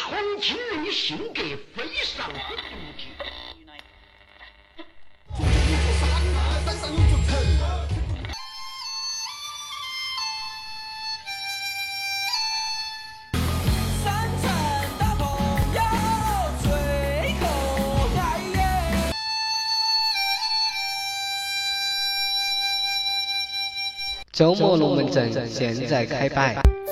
重庆人性格非常的独特。 山上有座城。 山城的朋友最可爱耶。 周末龙门阵现在开摆。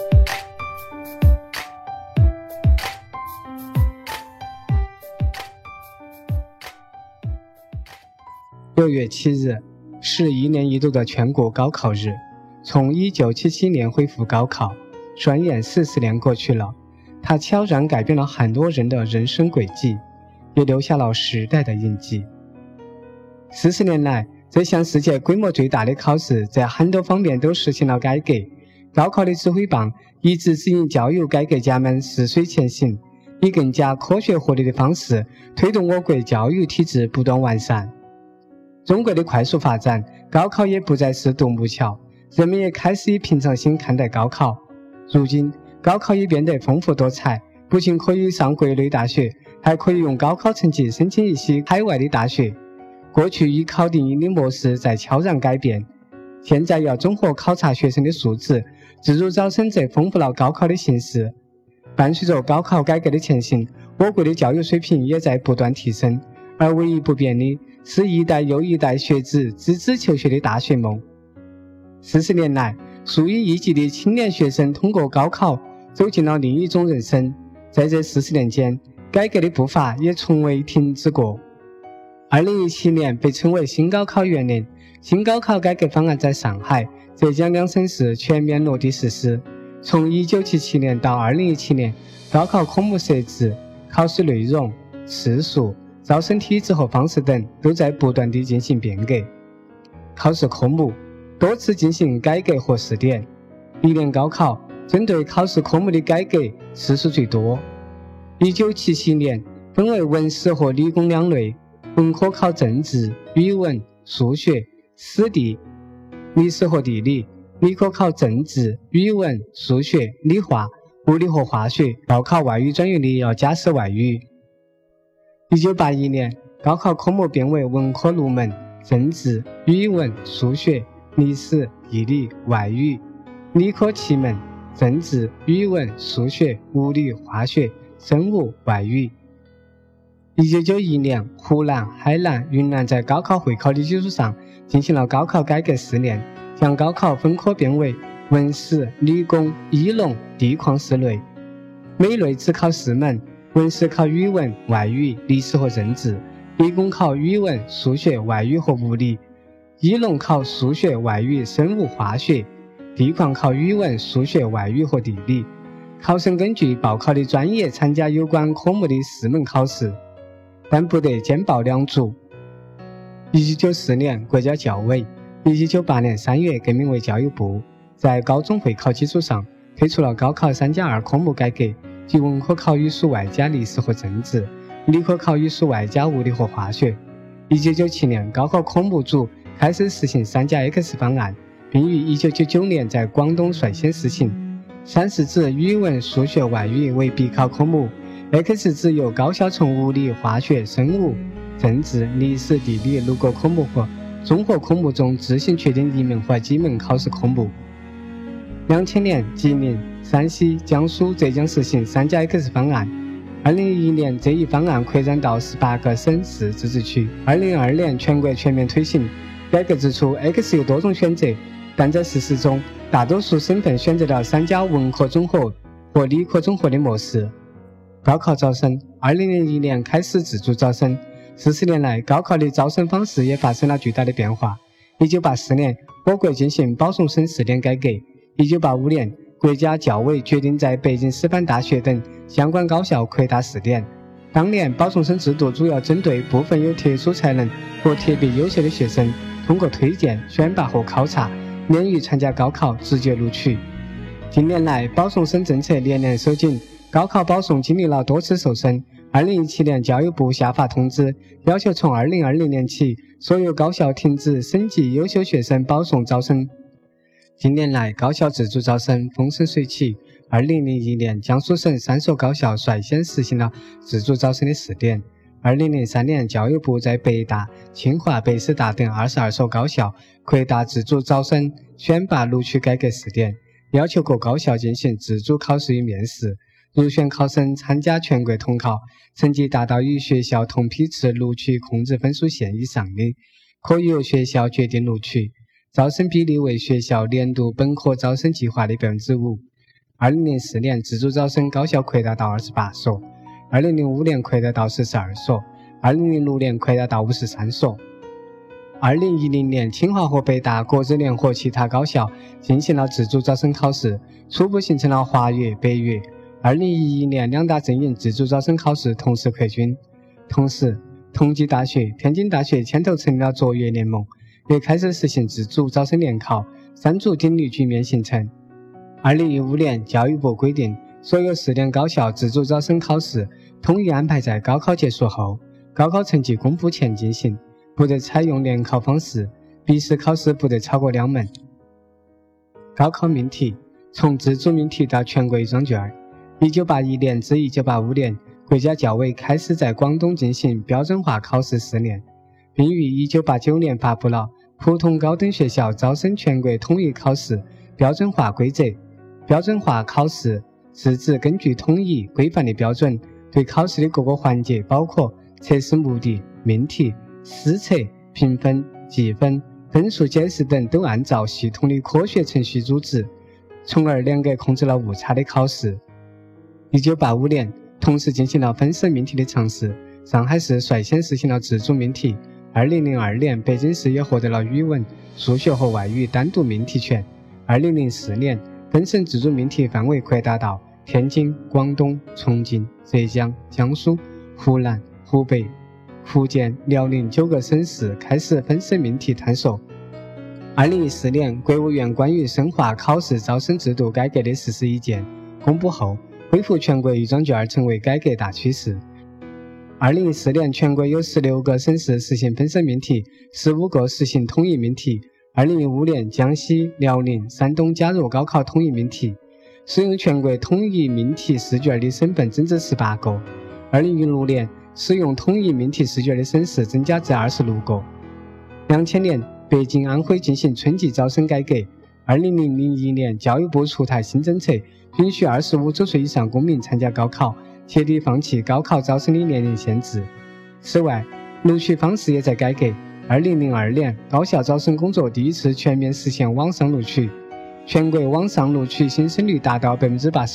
6月7日是一年一度的全国高考日。从1977年恢复高考，转眼40年过去了，它悄然改变了很多人的人生轨迹，也留下了时代的印记。40年来，这项世界规模最大的考试在很多方面都实行了改革。高考的指挥棒一直指引教育改革家们似水前行，以更加科学合理的方式推动我国教育体制不断完善。中国的快速发展，高考也不再是独木桥，人们也开始以平常心看待高考。如今，高考也变得丰富多彩，不仅可以上国内大学，还可以用高考成绩申请一些海外的大学。过去以考定音的模式在悄然改变，现在要综合考察学生的素质，自主招生则丰富了高考的形式。伴随着高考改革的前行，我国的教育水平也在不断提升，而唯一不变的是一代又一代学子孜孜求学的大学梦。40年来，数以亿计的青年学生通过高考走进了另一种人生。在这40年间，改革的步伐也从未停止过。2017年被称为新高考元年，新高考改革方案在上海、浙江两省市全面落地实施。从1977年到2017年，高考科目设置、考试内容、次数、招生体制和方式等都在不断地进行变革。考试科目多次进行改革和试点，历年高考针对考试科目的改革次数最多。1977年分为文史和理工两类，文科考政治、语文、数学、史地、历史和地理，理科考政治、语文、数学、理化、物理和化学，报考外语专业的要加试外语。1981年，高考科目变为文科6门：政治、语文、数学、历史、地理、外语；理科7门：政治、语文、数学、物理、化学、生物、外语。1991年，湖南、海南、云南在高考会考的基础上进行了高考改革4年，将高考分科变为文史、理工、医农、地矿4类，每类只考4门。文史考语文、外语、历史和政治，理工考语文、数学、外语和物理，医农考数学、外语、生物、化学，地矿考语文、数学、外语和地理。考生根据报考的专业参加有关科目的4门考试，但不得兼报2组。1994年，国家教委1998年3月更名为教育部，在高中会考基础上推出了高考3+2科目改革，即文科考语数外加历史和政治，理科考语数外加物理和化学。1997年，高考科目组开始实行3+X 方案，并于1999年在广东率先实行。3是指语文、数学、外语为必考科目， X 指由高校从物理、化学、生物、政治、历史、地理6个科目和综合科目中自行确定1门或几门考试科目。2000年，吉林、山西、江苏、浙江实行3+X 方案。2011年，这一方案扩展到18个省市自治区。2022年，全国全面推行。改革指出 ，X 有多种选择，但在事实中，大多数省份选择了3+文科综合或理科综合的模式。高考招生，2001年开始自主招生。40年来，高考的招生方式也发生了巨大的变化。1984年，我国进行保送生试点改革。1985年，国家教委决定在北京师范大学等相关高校扩大试点。当年保送生制度主要针对部分有特殊才能和特别优秀的学生，通过推荐、选拔和考察，免于参加高考直接录取。近年来，保送生政策年年收紧，高考保送经历了多次瘦身。2017年，教育部下发通知，要求从2020年起，所有高校停止省级优秀学生保送招生。近年来，高校自主招生风生水起， 2001年，江苏省3所高校率先实行了自主招生的试点。2003年，教育部在北大、清华、北师大等22所高校扩大自主招生选拔录取改革试点，要求各高校进行自主考试与面试。入选考生参加全国统考，成绩达到与学校同批次录取控制分数线以上的，可由学校决定录取。招生比例为学校年度本科招生计划的 5%。2004年，自主招生高校扩大到28所，2005年扩大到42所，2006年扩大到53所。2010年，清华和北大各自联合其他高校进行了自主招生考试，初步形成了华粤、北粤。2011年，两大阵营自主招生考试同时扩军。同时，同济大学、天津大学牵头成立了卓越联盟，也开始实行自主招生联考，三足鼎立局面形成。2015年，教育部规定，所有试点高校自主招生考试统一安排在高考结束后，高考成绩公布前进行，不得采用联考方式，笔试考试不得超过2门。高考命题从自主命题到全国一张卷。1981年至1985年，国家教委开始在广东进行标准化考试试点，并于1989年发布了普通高等学校招生全国统一考试标准化规则。标准化考试是指根据统一规范的标准，对考试的各个环节，包括测试目的、命题、施测、评分、计分、分数解释等，都按照系统的科学程序组织，从而严格控制了误差的考试。1985年，同时进行了分省命题的尝试，上海市率先实行了自主命题。2002年，北京市也获得了语文、数学和外语单独命题权。2004年，分省自主命题范围扩大到天津、广东、重庆、浙江、江苏、湖南、湖北、福建、辽宁9个省市开始分省命题探索。2014年，国务院关于深化考试招生制度改革的实施意见公布后，恢复全国一张卷成为改革大趋势。2014年，全国有16个省市实行分省命题，15个实行统一命题。2015年，江西、辽宁、山东加入高考统一命题，使用全国统一命题试卷的省份增至18个。2016年，使用统一命题试卷的省市增加至26个。2000年，北京、安徽进行春季招生改革。2001年，教育部出台新政策，允许25周岁以上公民参加高考，彻底放弃高考招生的年龄限制。此外，录取方式也在改革。2002年，高校招生工作第一次全面实现网上录取，全国网上录取新生率达到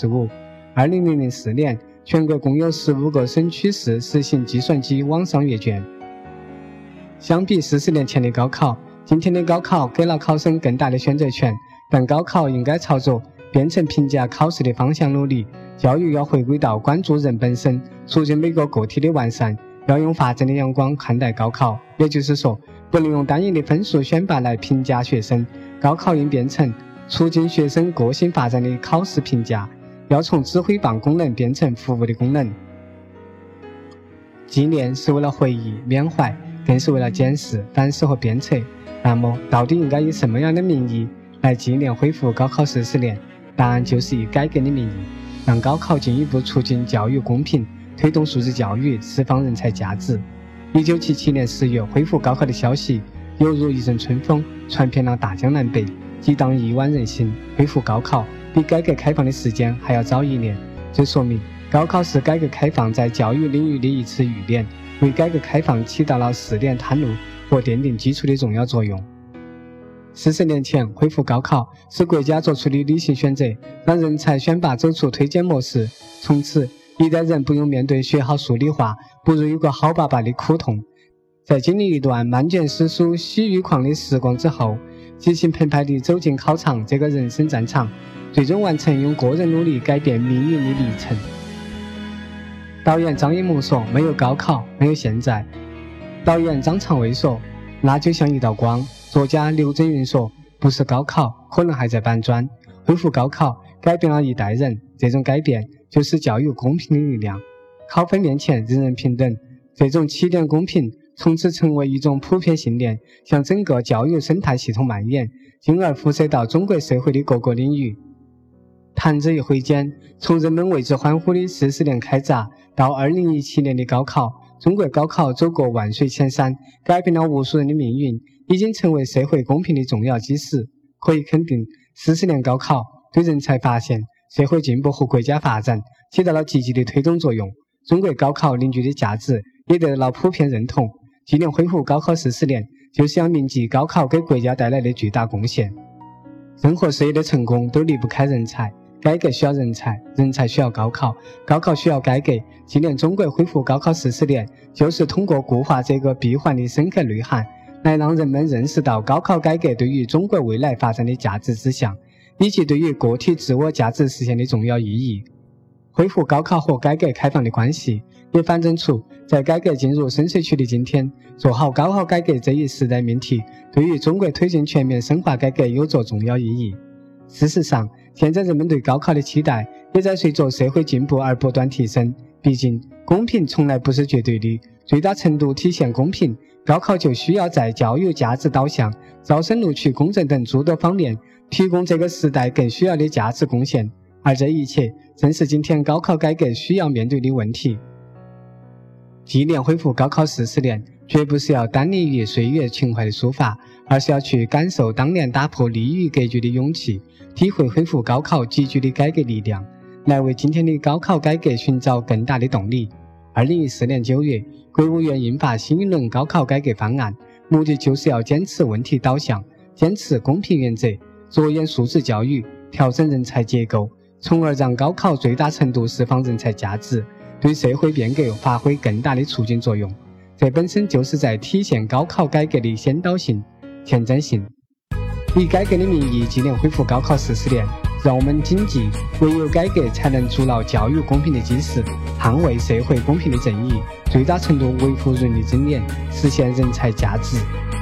85%。2004年，全国共有15个省区市实行计算机网上阅卷。相比40年前的高考，今天的高考给了考生更大的选择权，但高考应该朝着变成评价考试的方向努力。教育要回归到关注人本身，促进每个个体的完善，要用发展的眼光看待高考，也就是说，不能用单一的分数选拔来评价学生，高考应变成促进学生个性发展的考试评价，要从指挥棒功能变成服务的功能。纪念是为了回忆、缅怀，更是为了检视、反思和鞭策。那么，到底应该以什么样的名义来纪念恢复高考40年？答案就是以改革的名义，让高考进一步促进教育公平，推动素质教育，释放人才价值。1977年10月恢复高考的消息犹如一阵春风，传遍了大江南北，激荡亿万人心。恢复高考比改革开放的时间还要早1年，这说明高考是改革开放在教育领域的一次预演，为改革开放起到了试点探路和奠定基础的重要作用。40年前恢复高考是国家做出的理性选择，让人才选拔走出推荐模式，从此一代人不用面对学好数理化不如有个好爸爸的苦痛。在经历一段漫卷诗书喜愉狂的时光之后，激情澎湃地走进考场这个人生战场，最终完成用个人努力改变命运的历程。导演张艺谋说，没有高考，没有现在。导演张长卫说，那就像一道光。作家刘震云说，不是高考，可能还在搬砖。恢复高考改变了一代人，这种改变就是教育公平的力量。考分面前人人平等，这种起点公平从此成为一种普遍信念，向整个教育生态系统蔓延，进而辐射到中国社会的各个领域。 弹指一挥间，从人们为之欢呼的40年开闸，到2017年的高考，中国高考走过万水千山，改变了无数人的命运，已经成为社会公平的重要基石。可以肯定，40年高考对人才发现、社会进步和国家发展起到了积极的推动作用。中国高考凝聚的价值也得到了普遍认同。今年恢复高考40年，就是要铭记高考给国家带来的巨大贡献。任何事业的成功都离不开人才，改革需要人才，人才需要高考，高考需要改革。今年中国恢复高考40年，就是通过固化这个闭环的深刻内涵，来让人们认识到高考改革对于中国未来发展的价值指向，以及对于个体自我价值实现的重要意义。恢复高考和改革开放的关系，也反证出在改革进入深水区的今天，做好高考改革这一时代命题，对于中国推进全面深化改革有着重要意义。事实上，现在人们对高考的期待也在随着社会进步而不断提升。毕竟，公平从来不是绝对的，最大程度体现公平，高考就需要在教育价值导向、招生录取公正等诸多方面提供这个时代更需要的价值贡献。而这一切正是今天高考改革需要面对的问题。纪念恢复高考40年，绝不是要单立于岁月情怀的抒发，而是要去感受当年打破利益格局的勇气，体会恢复高考极具的改革力量，来为今天的高考改革寻找更大的动力。2014年9月，国务院印发新一轮高考改革方案，目的就是要坚持问题导向，坚持公平原则，着眼素质教育，调整人才结构，从而让高考最大程度释放人才价值，对社会变革发挥更大的促进作用。这本身就是在体现高考改革的先导性、前瞻性。以改革的名义纪念恢复高考40年，让我们谨记，唯有改革才能筑牢教育公平的基石，捍卫社会公平的正义，最大程度维护伦理尊严，实现人才价值。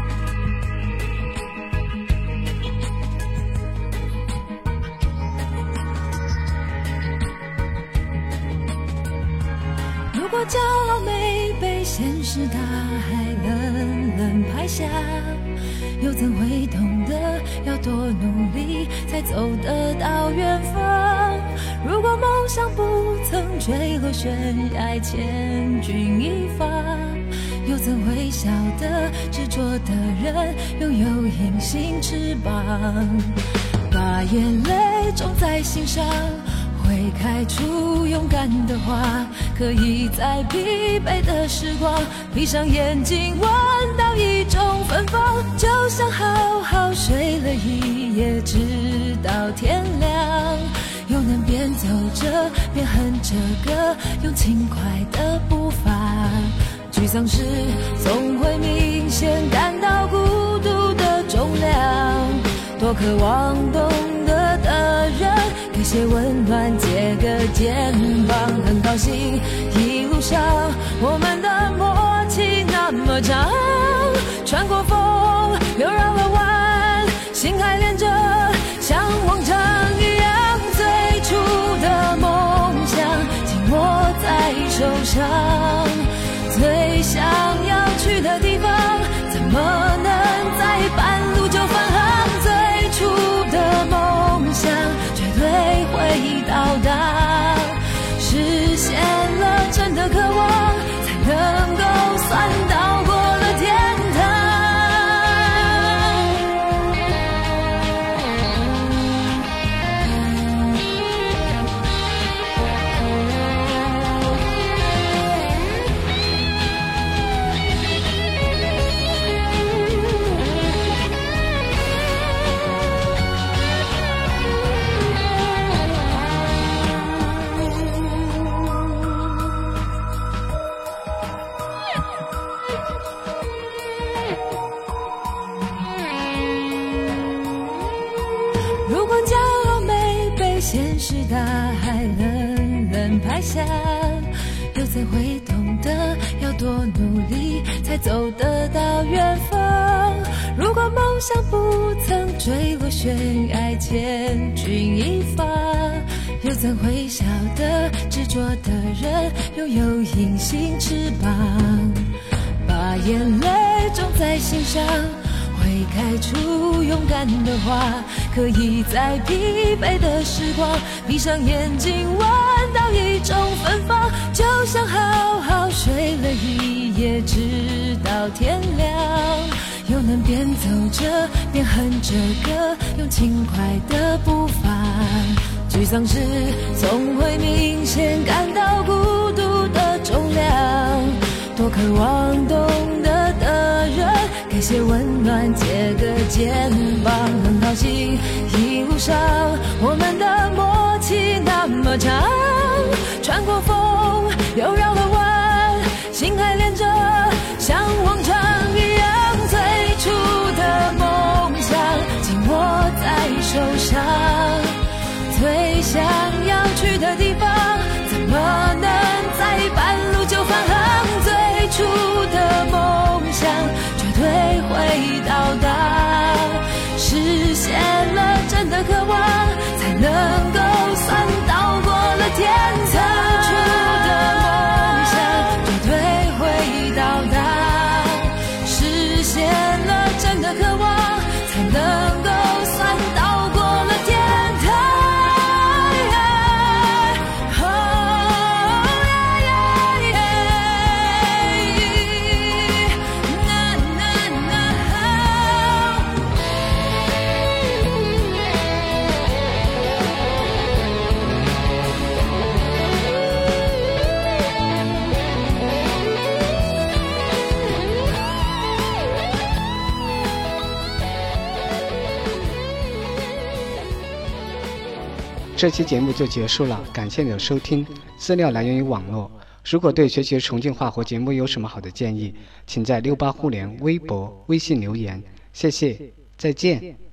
如果骄傲没被现实大海冷冷拍下，又怎会懂得要多努力才走得到远方？如果梦想不曾坠落悬崖千钧一发，又怎会晓得执着的人拥有隐形翅膀？把眼泪种在心上，会开出勇敢的花，可以在疲惫的时光闭上眼睛闻到一种芬芳，就像好好睡了一夜直到天亮，又能边走着边哼着歌，用轻快的步伐。沮丧时总会明显感到孤独的重量，多渴望懂得的人给些温暖，借个肩膀。很高兴一路上我们的默契那么长，穿过风又绕了弯，心还连着像往常一样，最初的梦想紧握在手上，最想要去的地方怎么能在半路就返航？最初的梦想绝对会到达，实现了真的渴望，才能够算到过了天堂。如果骄傲没被现实大海冷冷拍下，又怎会懂得要多努力才走得到远方？如果梦想不曾坠落悬崖千钧一发，又怎会晓得执着的人拥有隐形翅膀？把眼泪种在心上，会开出勇敢的花，可以在疲惫的时光闭上眼睛闻到一种芬芳，就像好好睡了一夜直到天亮，又能边走着边哼着歌，用轻快的步伐，沮丧时总会明显感到孤独的重量，多渴望懂得的人给些温暖，借个肩膀，很高兴一路上我们的默契那么长，穿过风又绕了弯，心还连着像往常一样，最初的梦想紧握在手上，最想要去的地方怎么能在半路就返航，最初的梦想绝对会到达，实现了真的渴望才能够算到过了天堂，最初的梦想绝对会到达，实现了真的渴望才能够算到过了天堂。 这期节目就结束了，感谢你的收听。资料来源于网络。如果对学习重庆话或节目有什么好的建议，请在68互联微博、微信留言。谢谢，再见。